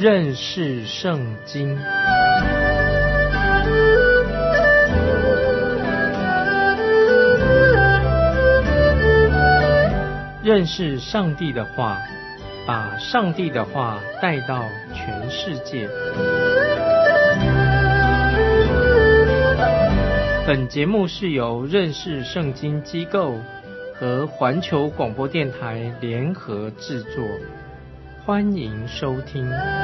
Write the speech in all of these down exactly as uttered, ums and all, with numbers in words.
认识圣经。认识上帝的话，把上帝的话带到全世界。本节目是由认识圣经机构和环球广播电台联合制作，欢迎收听。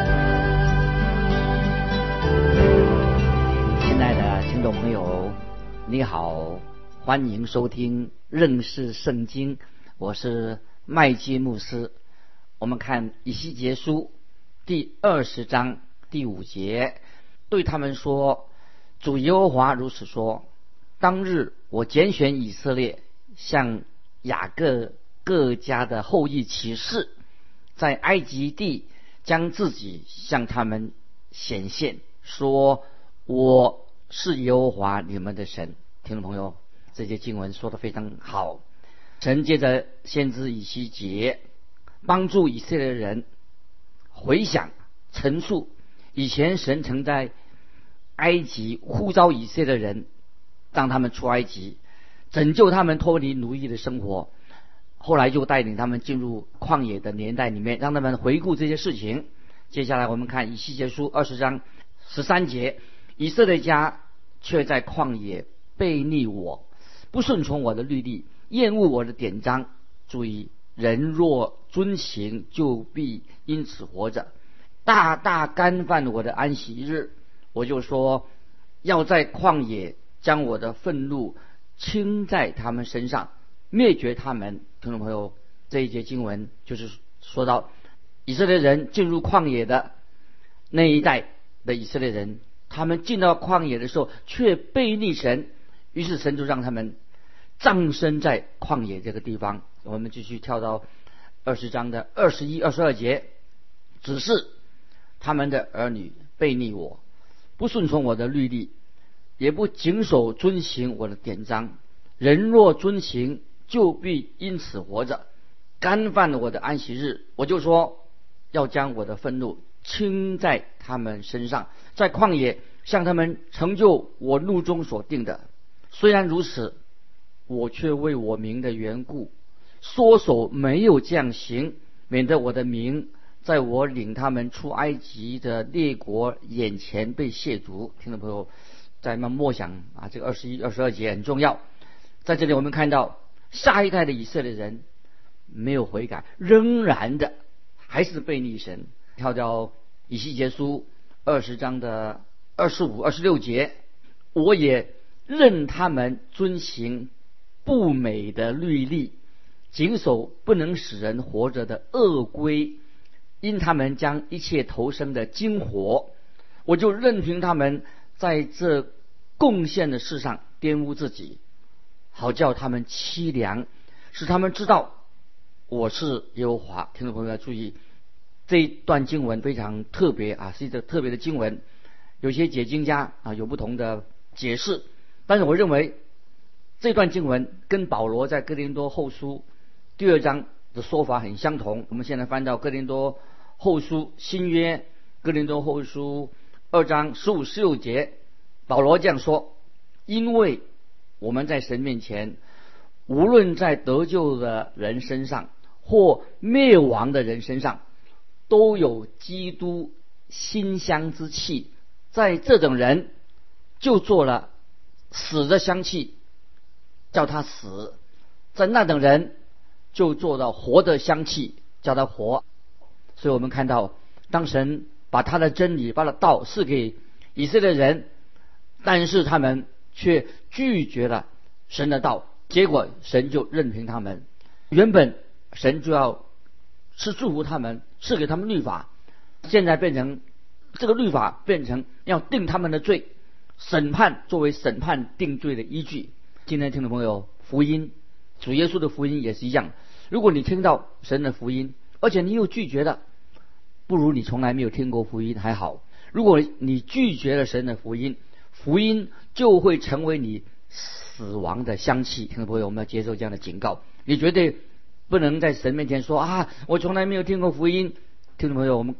亲爱的听众朋友，你好，欢迎收听认识圣经，我是麦基牧师。我们看以西结书第二十章第五节，对他们说，主耶和华如此说，当日我拣选以色列，向雅各各家的后裔起誓，在埃及地将自己向他们显现，说我是耶和华你们的神。听众朋友，这些经文说得非常好。神借着先知以西结帮助以色列人回想陈述以前神曾在埃及呼召以色列人，让他们出埃及，拯救他们脱离奴役的生活，后来就带领他们进入旷野的年代里面，让他们回顾这些事情。接下来我们看以西结书二十章十三节，以色列家却在旷野悖逆我，不顺从我的律例，厌恶我的典章。注意，人若遵行，就必因此活着，大大干犯我的安息日。我就说，要在旷野将我的愤怒倾在他们身上，灭绝他们。听众朋友，这一节经文就是说到以色列人进入旷野的那一代的以色列人，他们进到旷野的时候却悖逆神，于是神就让他们葬身在旷野这个地方。我们继续跳到二十章的二十一、二十二节，只是他们的儿女悖逆我，不顺从我的律例，也不谨守遵行我的典章。人若遵行，就必因此活着，干犯了我的安息日。我就说，要将我的愤怒倾在他们身上，在旷野向他们成就我怒中所定的。虽然如此，我却为我名的缘故缩手没有这样行，免得我的名在我领他们出埃及的列国眼前被亵渎。听众朋友在那默想啊，这个二十一、二十二节很重要。在这里我们看到下一代的以色列人没有悔改，仍然的还是悖逆神。跳到以西结书二十章的二十五、二十六节，我也任他们遵行不美的律例，谨守不能使人活着的恶规，因他们将一切投生的精活，我就任凭他们在这贡献的事上玷污自己，好叫他们凄凉，使他们知道我是耶和华。听众朋友要注意，这一段经文非常特别啊，是一个特别的经文。有些解经家啊有不同的解释，但是我认为这段经文跟保罗在哥林多后书第二章的说法很相同。我们现在翻到哥林多后书新约哥林多后书二章十五、十六节，保罗这样说：因为我们在神面前，无论在得救的人身上或灭亡的人身上，都有基督馨香之气，在这种人就做了死的香气，叫他死；在那等人就做到活的香气，叫他活。所以我们看到，当神把他的真理、把他的道赐给以色列人，但是他们却拒绝了神的道，结果神就任凭他们。原本神就要是祝福他们，赐给他们律法，现在变成这个律法变成要定他们的罪，审判作为审判定罪的依据。今天听众朋友，福音主耶稣的福音也是一样，如果你听到神的福音，而且你又拒绝了，不如你从来没有听过福音还好。如果你拒绝了神的福音，福音就会成为你死亡的香气。听众朋友，我们要接受这样的警告，你绝对不能在神面前说啊，我从来没有听过福音。听众朋友，我们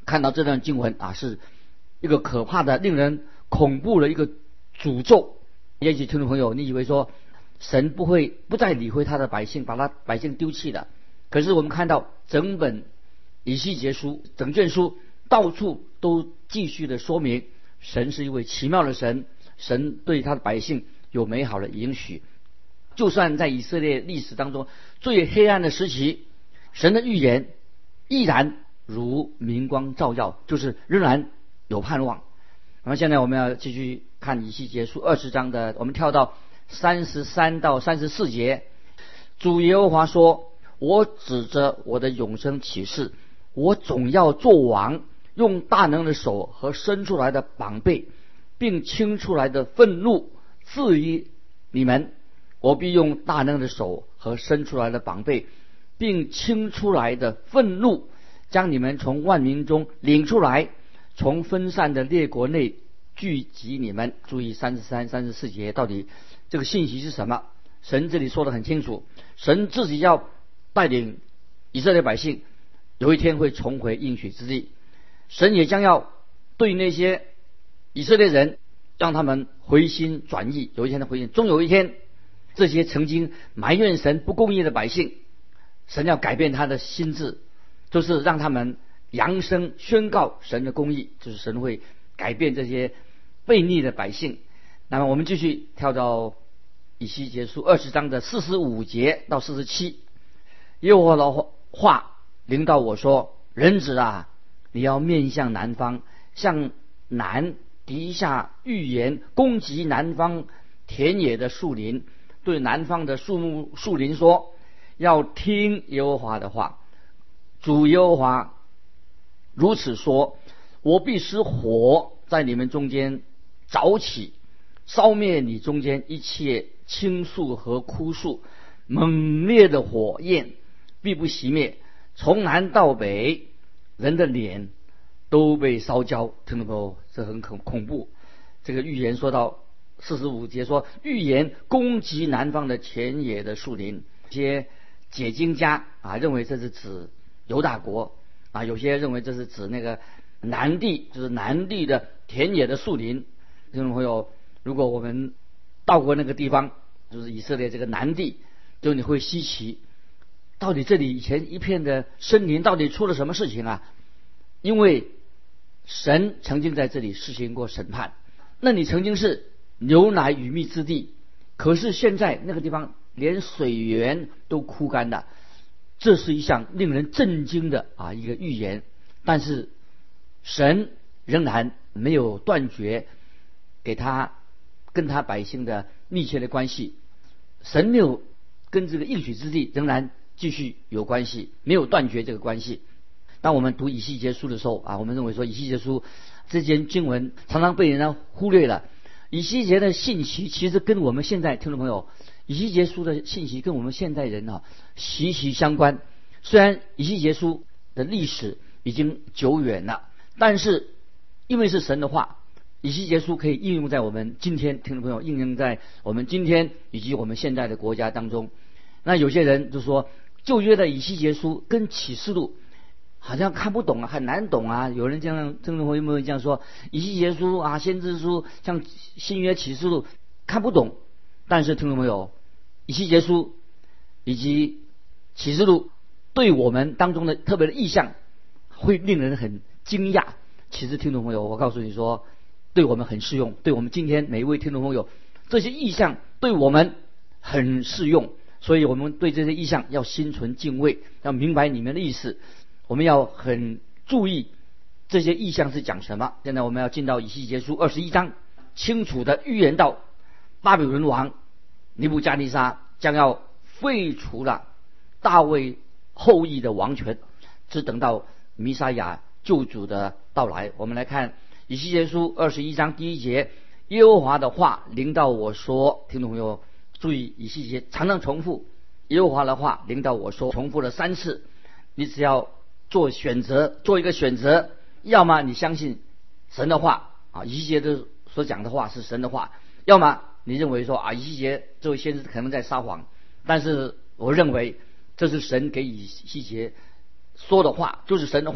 看到这段经文啊，是一个可怕的、令人恐怖的一个诅咒。也许听众朋友，你以为说神不会不再理会他的百姓，把他百姓丢弃的。可是我们看到整本以西结书、整卷书到处都继续的说明，神是一位奇妙的神，神对他的百姓有美好的应许。就算在以色列历史当中最黑暗的时期，神的预言依然如明光照耀，就是仍然有盼望。然后现在我们要继续看以西结书二十章的，我们跳到三十三到三十四节。主耶和华说，我指着我的永生起誓，我总要做王，用大能的手和伸出来的膀臂并倾出来的愤怒治于你们。我必用大能的手和伸出来的膀臂并倾出来的愤怒将你们从万民中领出来，从分散的列国内聚集你们。注意三十三、三十四节到底这个信息是什么？神这里说得很清楚，神自己要带领以色列百姓有一天会重回应许之地，神也将要对那些以色列人让他们回心转意，有一天的回心，终有一天这些曾经埋怨神不公义的百姓，神要改变他的心智，就是让他们扬声宣告神的公义，就是神会改变这些悖逆的百姓。那么我们继续跳到以西结书二十章的四十五节到四十七。耶和华的话临到我说，人子啊，你要面向南方，向南敌下预言，攻击南方田野的树林，对南方的树木树林说，要听耶和华的话。主耶和华如此说，我必使火在你们中间着起，烧灭你中间一切青树和枯树，猛烈的火焰必不熄灭，从南到北人的脸都被烧焦。听到没有？这很恐恐怖。这个预言说到四十五节说，预言攻击南方的田野的树林。一些解经家啊认为这是指犹大国啊，有些认为这是指那个南地，就是南地的田野的树林。听众朋友，如果我们到过那个地方，就是以色列这个南地，就你会稀奇，到底这里以前一片的森林到底出了什么事情啊？因为神曾经在这里施行过审判，那你曾经是牛奶与蜜之地，可是现在那个地方连水源都枯干了。这是一项令人震惊的啊一个预言。但是神仍然没有断绝给他跟他百姓的密切的关系，神没有跟这个应许之地仍然继续有关系，没有断绝这个关系。当我们读以西结书的时候啊，我们认为说以西结书这件经文常常被人家忽略了。以西结的信息其实跟我们现在听众朋友，以西结书的信息跟我们现代人啊息息相关。虽然以西结书的历史已经久远了，但是因为是神的话，以西结书可以应用在我们今天，听众朋友，应用在我们今天以及我们现在的国家当中。那有些人就说旧约的以西结书跟启示录好像看不懂啊，很难懂啊。有人这样，听众朋友们这样说，以西结书啊，先知书，像新约启示录看不懂。但是听众朋友，以西结书以及启示录对我们当中的特别的意象会令人很惊讶。其实听众朋友，我告诉你说，对我们很适用，对我们今天每一位听众朋友，这些意象对我们很适用。所以我们对这些意象要心存敬畏，要明白你们的意思，我们要很注意这些意象是讲什么。现在我们要进到以西结书二十一章，清楚的预言到巴比伦王尼布加尼撒将要废除了大卫后裔的王权，只等到弥赛亚救主的到来。我们来看以西结书二十一章第一节，耶和华的话临到我说，听众朋友注意，以西结常常重复耶和华的话临到我说，重复了三次。你只要做选择，做一个选择，要么你相信神的话啊，以西结的所讲的话是神的话，要么你认为说啊，以西结这位先知可能在撒谎。但是我认为这是神给以西结说的话，就是神的话，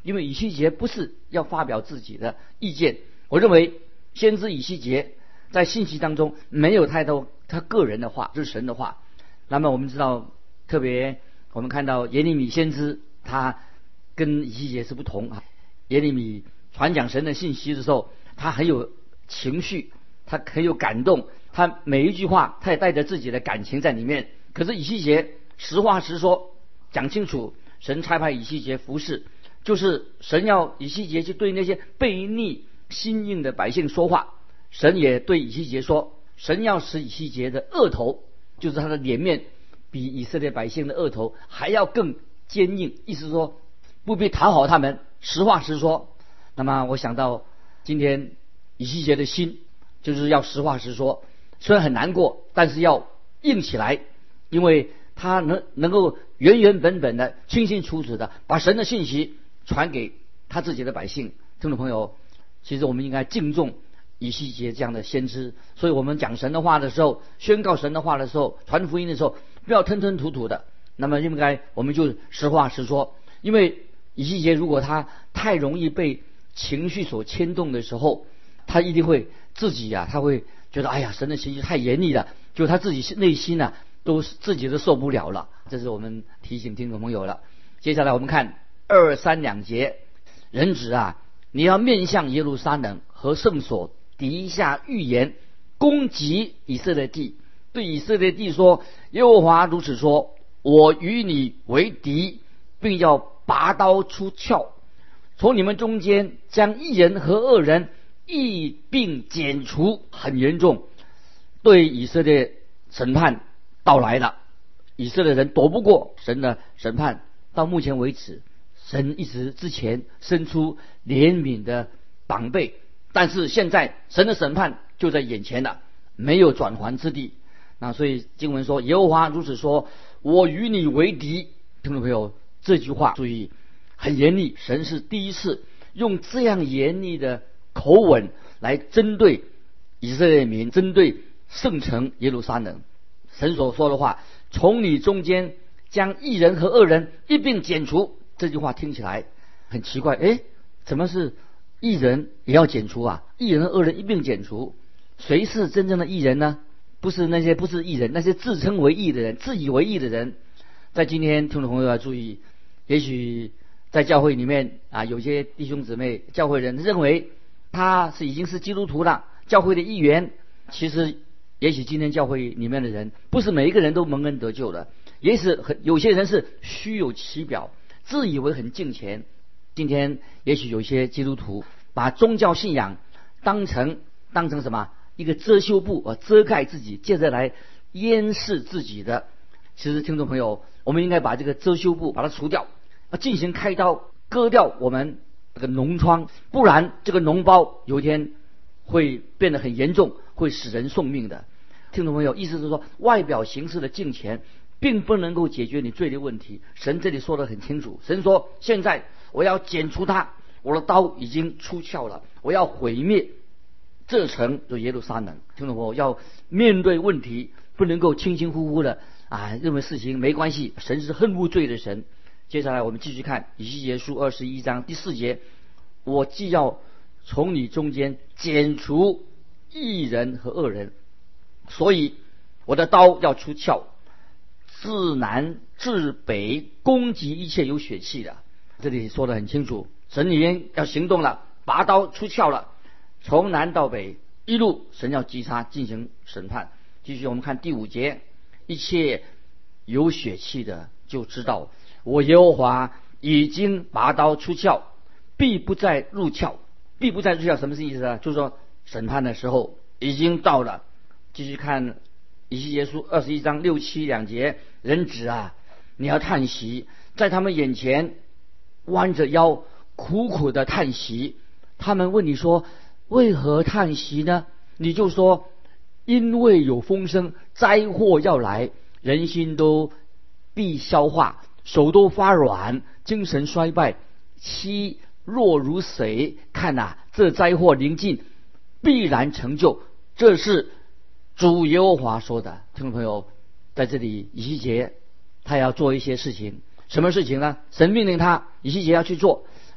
因为以西结不是要发表自己的意见。我认为先知以西结在信息当中没有太多他个人的话，就是神的话。那么我们知道，特别我们看到耶利米先知，他跟以西结是不同啊。耶利米传讲神的信息的时候，他很有情绪，他很有感动，他每一句话他也带着自己的感情在里面。可是以西结实话实说，讲清楚，神差派以西结服侍，就是神要以西结去对那些悖逆心硬的百姓说话。神也对以西结说，神要使以西结的额头，就是他的脸面，比以色列百姓的额头还要更坚硬，意思说不必讨好他们，实话实说。那么我想到今天以西结的心就是要实话实说，虽然很难过，但是要硬起来，因为他能能够原原本本的清清楚楚的把神的信息传给他自己的百姓。听众朋友，其实我们应该敬重以西结这样的先知，所以我们讲神的话的时候，宣告神的话的时候，传福音的时候，不要吞吞吐吐的，那么应该我们就实话实说。因为以西结如果他太容易被情绪所牵动的时候，他一定会自己啊，他会觉得哎呀，神的情绪太严厉了，就他自己内心啊都自己都受不了了。这是我们提醒听众朋友了。接下来我们看二三两节，人子啊，你要面向耶路撒冷和圣所，敌下预言，攻击以色列地，对以色列地说，耶和华如此说，我与你为敌，并要拔刀出鞘，从你们中间将义人和恶人一并剪除。很严重，对以色列审判到来了，以色列人躲不过神的审判。到目前为止，神一直之前伸出怜悯的膀臂，但是现在神的审判就在眼前了，没有转圜之地。那所以经文说，耶和华如此说，我与你为敌。听众朋友，这句话注意，很严厉，神是第一次用这样严厉的口吻来针对以色列民，针对圣城耶路撒冷。神所说的话，从你中间将义人和恶人一并剪除。这句话听起来很奇怪，诶，怎么是义人也要剪除啊？义人和恶人一并剪除，谁是真正的义人呢？不是那些不是义人，那些自称为义的人，自以为义的人。在今天听众朋友要注意，也许在教会里面啊，有些弟兄姊妹教会人认为他是已经是基督徒了，教会的一员。其实也许今天教会里面的人不是每一个人都蒙恩得救的，也许很有些人是虚有其表，自以为很敬虔。今天也许有些基督徒把宗教信仰当成当成什么一个遮羞布啊，遮盖自己，接着来掩饰自己的。其实听众朋友，我们应该把这个遮羞布把它除掉，啊，进行开刀割掉我们这个脓疮，不然这个脓包有一天会变得很严重，会使人送命的。听众朋友，意思是说，外表形式的敬虔并不能够解决你罪的问题。神这里说得很清楚，神说，现在我要剪除它，我的刀已经出鞘了，我要毁灭这城，就耶路撒冷。听众朋友，要面对问题，不能够轻轻忽忽的啊，认为事情没关系。神是恨恶罪的神。接下来我们继续看以西结书二十一章第四节，我既要从你中间剪除义人和恶人，所以我的刀要出鞘，自南至北攻击一切有血气的。这里说得很清楚，神已经要行动了，拔刀出鞘了，从南到北一路神要击杀，进行审判。继续我们看第五节，一切有血气的就知道我耶和华已经拔刀出鞘，必不再入鞘。必不再入鞘什么是意思呢？就是说审判的时候已经到了。继续看以西结书二十一章六七两节，人子啊，你要叹息，在他们眼前弯着腰苦苦的叹息。他们问你说，为何叹息呢？你就说，因为有风声，灾祸要来，人心都必消化，手都发软，精神衰败，妻弱如水。看啊，这灾祸临近，必然成就。这是主耶和华说的。听众朋友，在这里以西结他要做一些事情，什么事情呢？神命令他以西结要去做，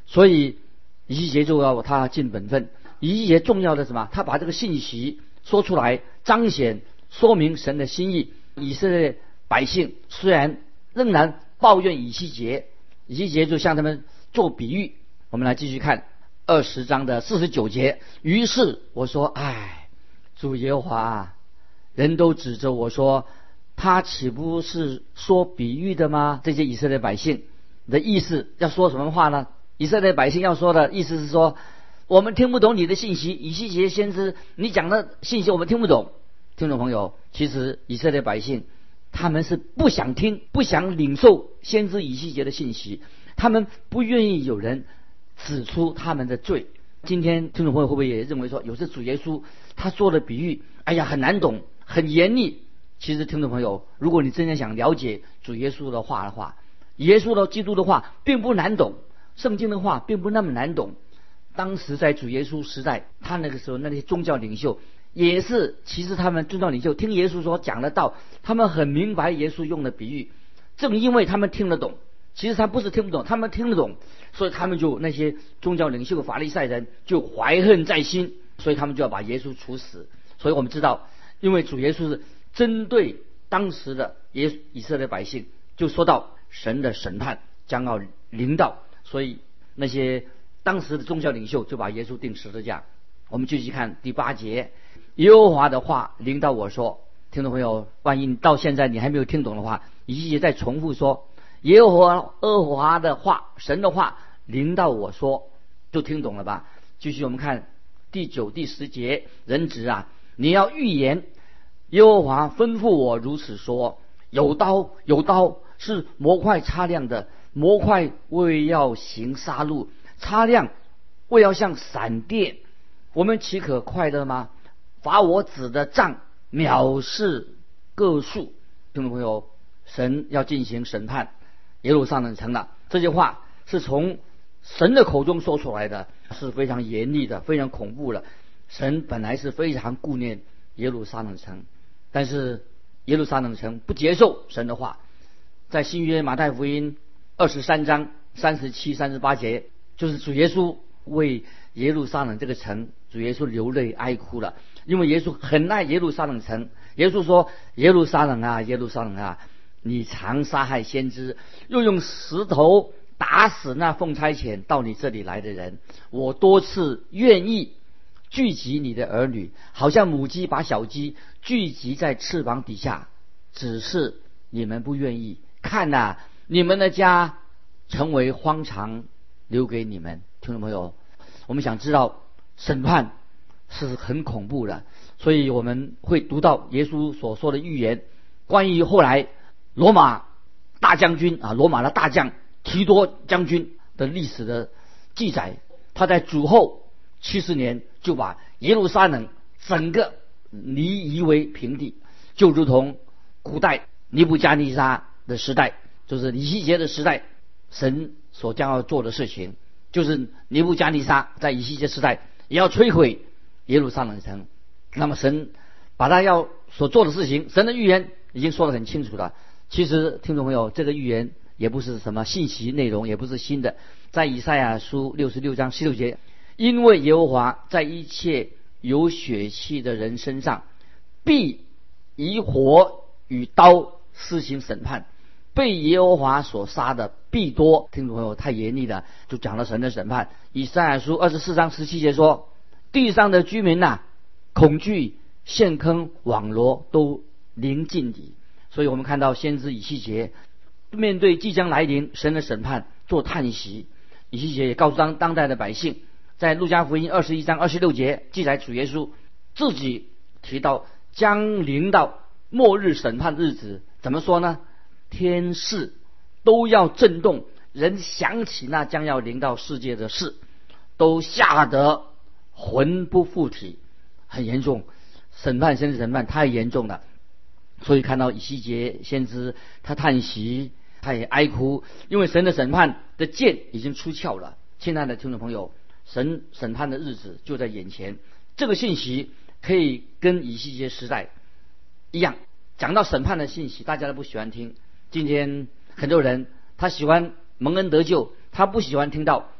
所以以西结就要他尽本分。以西结重要的什么？他把这个信息说出来，彰显说明神的心意。以色列百姓虽然仍然抱怨以西结，以西结就向他们做比喻。我们来继续看二十章的四十九节。于是我说，唉，主耶和华啊，人都指着我说，他岂不是说比喻的吗？这些以色列百姓的意思要说什么话呢？以色列百姓要说的意思是说，我们听不懂你的信息，以西结先知你讲的信息我们听不懂。听众朋友，其实以色列百姓他们是不想听，不想领受先知以西结的信息，他们不愿意有人指出他们的罪。今天听众朋友会不会也认为说，有些主耶稣他做的比喻，哎呀很难懂，很严厉。其实听众朋友，如果你真正想了解主耶稣的话的话，耶稣的基督的话并不难懂，圣经的话并不那么难懂。当时在主耶稣时代，他那个时候那些宗教领袖也是，其实他们宗教领袖听耶稣所讲的道，他们很明白耶稣用的比喻。正因为他们听得懂，其实他不是听不懂，他们听得懂，所以他们就那些宗教领袖法利赛人就怀恨在心，所以他们就要把耶稣处死。所以我们知道，因为主耶稣是针对当时的耶以色列百姓，就说到神的审判将要临到，所以那些当时的宗教领袖就把耶稣钉十字架。我们继续看第八节，耶和华的话临到我说，听众朋友，万一你到现在你还没有听懂的话，以西结再重复说，耶和华耶和华的话，神的话临到我说，就听懂了吧？继续我们看第九第十节，人子啊，你要预言，耶和华吩咐我如此说，有刀有刀，是模块擦亮的，模块为要行杀戮，擦亮为要像闪电，我们岂可快乐吗？罚我子的杖藐视各数。听众朋友，神要进行审判耶路撒冷城了，这句话是从神的口中说出来的，是非常严厉的，非常恐怖的。神本来是非常顾念耶路撒冷城，但是耶路撒冷城不接受神的话。在新约马太福音二十三章三十七、三十八节，就是主耶稣为耶路撒冷这个城，主耶稣流泪哀哭了，因为耶稣很爱耶路撒冷城。耶稣说，耶路撒冷啊，耶路撒冷啊，你常杀害先知，又用石头打死那奉差遣到你这里来的人。我多次愿意聚集你的儿女，好像母鸡把小鸡聚集在翅膀底下，只是你们不愿意。看啊，你们的家成为荒场，留给你们。听众朋友，我们想知道审判是很恐怖的，所以我们会读到耶稣所说的预言，关于后来罗马大将军啊，罗马的大将提多将军的历史的记载。他在主后七十年就把耶路撒冷整个夷夷为平地，就如同古代尼布加尼撒的时代，就是以西结的时代，神所将要做的事情，就是尼布加尼撒在以西结时代也要摧毁耶路撒冷城。那么神把他要所做的事情，神的预言已经说得很清楚了。其实听众朋友，这个预言也不是什么信息内容，也不是新的。在以赛亚书六十六章十六节，因为耶和华在一切有血气的人身上必以火与刀施行审判，被耶和华所杀的必多。听众朋友，太严厉了，就讲了神的审判。以赛亚书二十四章十七节说，地上的居民啊，恐惧陷坑网罗都临近你。所以我们看到先知以西结面对即将来临神的审判做叹息。以西结也告诉当当代的百姓，在路加福音二十一章二十六节记载主耶稣自己提到将临到末日审判日子，怎么说呢？天势都要震动，人想起那将要临到世界的事，都吓得魂不附体，很严重。审判先是审判太严重了，所以看到以西结先知他叹息，他也哀哭，因为神的审判的剑已经出鞘了。亲爱的听众朋友，神审判的日子就在眼前。这个信息可以跟以西结时代一样，讲到审判的信息大家都不喜欢听。今天很多人他喜欢蒙恩得救，他不喜欢听到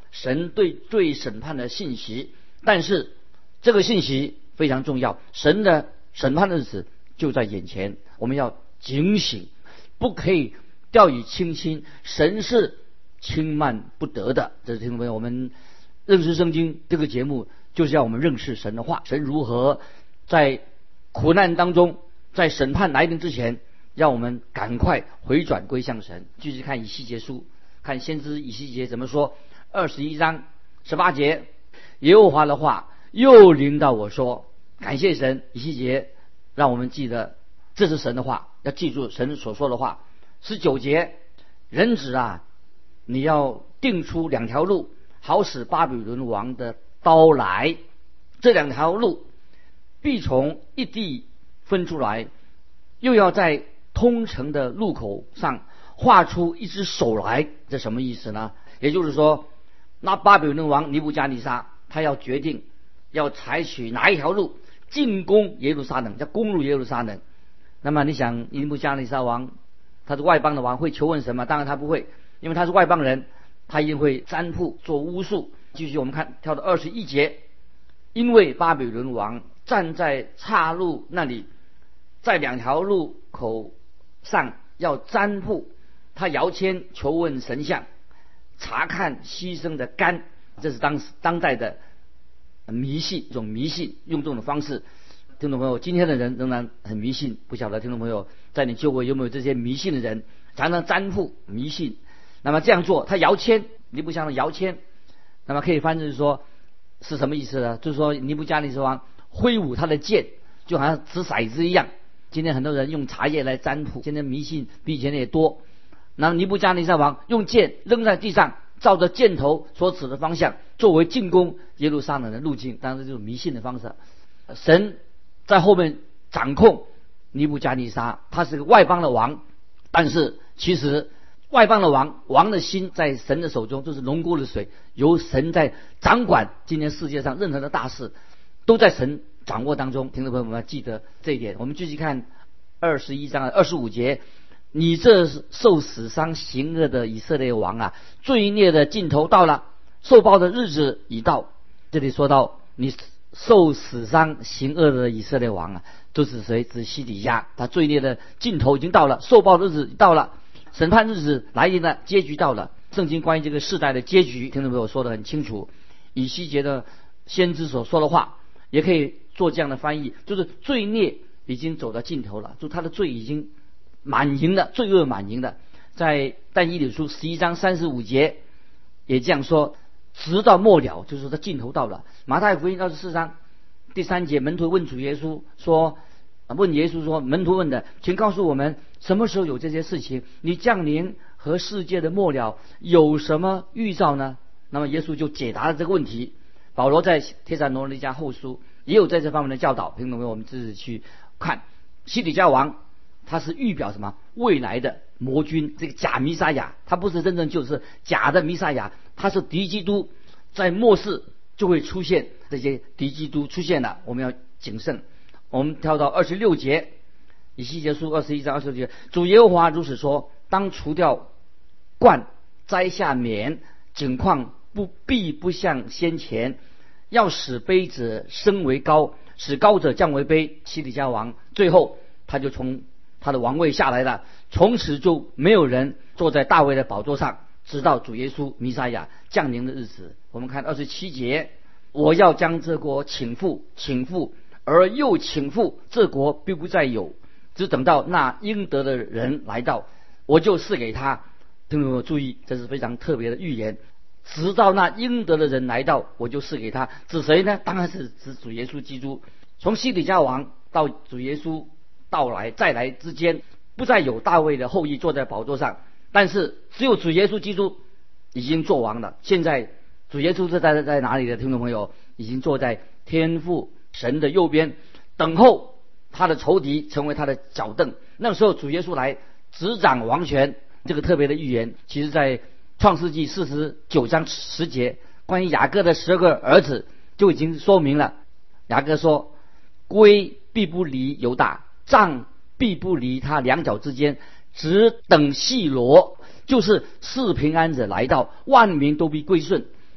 神对罪审判的信息。但是这个信息非常重要，神的审判的日子就在眼前，我们要警醒，不可以掉以轻心。神是轻慢不得的。这是听众朋友，我们认识圣经这个节目就是要我们认识神的话，神如何在苦难当中，在审判来临之前，让我们赶快回转归向神。继续看以西结书，看先知以西结怎么说。二十一章十八节，耶和华的话又临到我说，感谢神。以西结让我们记得这是神的话，要记住神所说的话。十九节，人子啊，你要定出两条路，好使巴比伦王的刀来，这两条路必从一地分出来，又要在通城的路口上画出一只手来。这什么意思呢？也就是说，那巴比伦王尼布加尼撒他要决定要采取哪一条路进攻耶路撒冷，要攻入耶路撒冷。那么你想，尼布加尼撒王他是外邦的王，会求问什么？当然他不会，因为他是外邦人，他一定会占卜做巫术。继续我们看跳到二十一节，因为巴比伦王站在岔路那里，在两条路口上要占卜，他摇签求问神像，查看牺牲的肝。这是当时当代的迷信，一种迷信用这种方式。听众朋友，今天的人仍然很迷信，不晓得听众朋友在你周围有没有这些迷信的人，常常占卜迷信。那么这样做，他摇签，尼布加尼撒摇签，那么可以翻译说是什么意思呢？就是说尼布加尼撒王挥舞他的剑，就好像掷骰子一样。今天很多人用茶叶来占卜，现在迷信比以前也多。那尼布加尼撒王用剑扔在地上，照着箭头所指的方向，作为进攻耶路撒冷的路径。当然这就是迷信的方式。神在后面掌控尼布加尼撒，他是个外邦的王，但是其实外邦的王，王的心在神的手中，就是龙沟的水，由神在掌管。今天世界上任何的大事都在神掌握当中。听众朋友们要记得这一点。我们继续看二十一章二十五节，你这受死伤行恶的以色列王啊，罪孽的尽头到了，受报的日子已到。这里说到你受死伤行恶的以色列王啊，就是谁？指西底家，他罪孽的尽头已经到了，受报的日子到了，审判日子来临了，结局到了。圣经关于这个世代的结局，听众朋友说得很清楚。以西结的先知所说的话，也可以做这样的翻译，就是罪孽已经走到尽头了，就他的罪已经满盈了，罪恶满盈了。在但以理书十一章三十五节也这样说，直到末了，就是说他尽头到了。马太福音二十四章第三节，门徒问主耶稣说，问耶稣说，门徒问的，请告诉我们什么时候有这些事情？你降临和世界的末了有什么预兆呢？那么耶稣就解答了这个问题。保罗在帖撒罗尼迦后书也有在这方面的教导，听懂没有？我们自己去看。西底家王他是预表什么？未来的魔君，这个假弥撒亚，他不是真正就是假的弥撒亚，他是敌基督，在末世就会出现这些敌基督出现了，我们要谨慎。我们跳到二十六节，以西结书二十一章二十六节，主耶和华如此说，当除掉冠，摘下冕，景况不必不像先前，要使卑者升为高，使高者降为卑。西底家王最后他就从他的王位下来了，从此就没有人坐在大卫的宝座上，直到主耶稣弥撒亚降临的日子。我们看二十七节，我要将这国倾覆，倾覆而又倾覆，这国必不再有，只等到那应得的人来到，我就赐给他。听众朋友注意，这是非常特别的预言，直到那应得的人来到，我就赐给他。指谁呢？当然是指主耶稣基督。从西底家王到主耶稣到来再来之间，不再有大卫的后裔坐在宝座上，但是只有主耶稣基督已经做王了。现在主耶稣是在在哪里的？听众朋友，已经坐在天父神的右边，等候他的仇敌成为他的脚凳。那个时候主耶稣来执掌王权。这个特别的预言，其实在创世纪四十九章十节，关于雅各的十二个儿子就已经说明了。雅各说，龟必不离犹大，杖必不离他两脚之间，只等细罗，就是四平安者来到，万民都必归顺。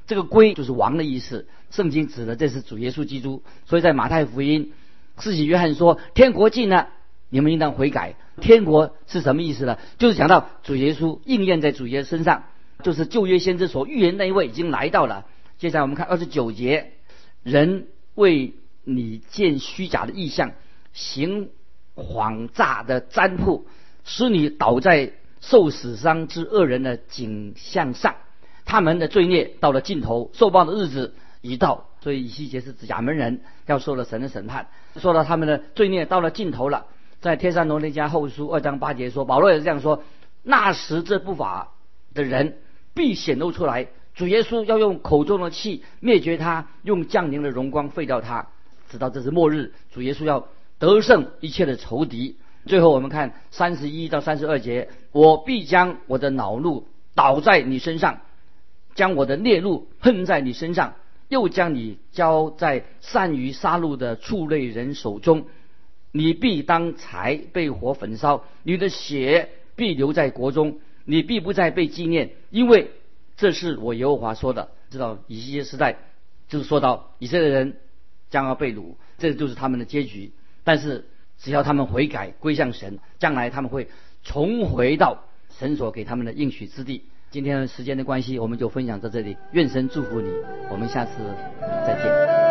这个归就是王的意思，圣经指的这是主耶稣基督。所以在马太福音，施洗约翰说天国近了，你们应当悔改。天国是什么意思呢？就是讲到主耶稣应验在主耶稣身上，就是旧约先知所预言那一位已经来到了。接下来我们看二十九节，人为你见虚假的异象，行谎诈的占卜，使你倒在受死伤之恶人的景象上，他们的罪孽到了尽头，受报的日子已到。所以以西结是指亚门人要受了神的审判，说到他们的罪孽到了尽头了。在帖撒罗尼迦后书二章八节说，保罗也是这样说，那时这不法的人必显露出来，主耶稣要用口中的气灭绝他，用降临的荣光废掉他，直到这是末日，主耶稣要得胜一切的仇敌。最后我们看三十一到三十二节，我必将我的恼怒倒在你身上，将我的烈怒喷在你身上，又将你交在善于杀戮的畜类人手中，你必当柴被火焚烧，你的血必留在国中，你必不再被纪念，因为这是我耶和华说的。知道以西结时代就是说到以色列人将要被掳，这就是他们的结局。但是只要他们悔改归向神，将来他们会重回到神所给他们的应许之地。今天时间的关系，我们就分享到这里，愿神祝福你，我们下次再见。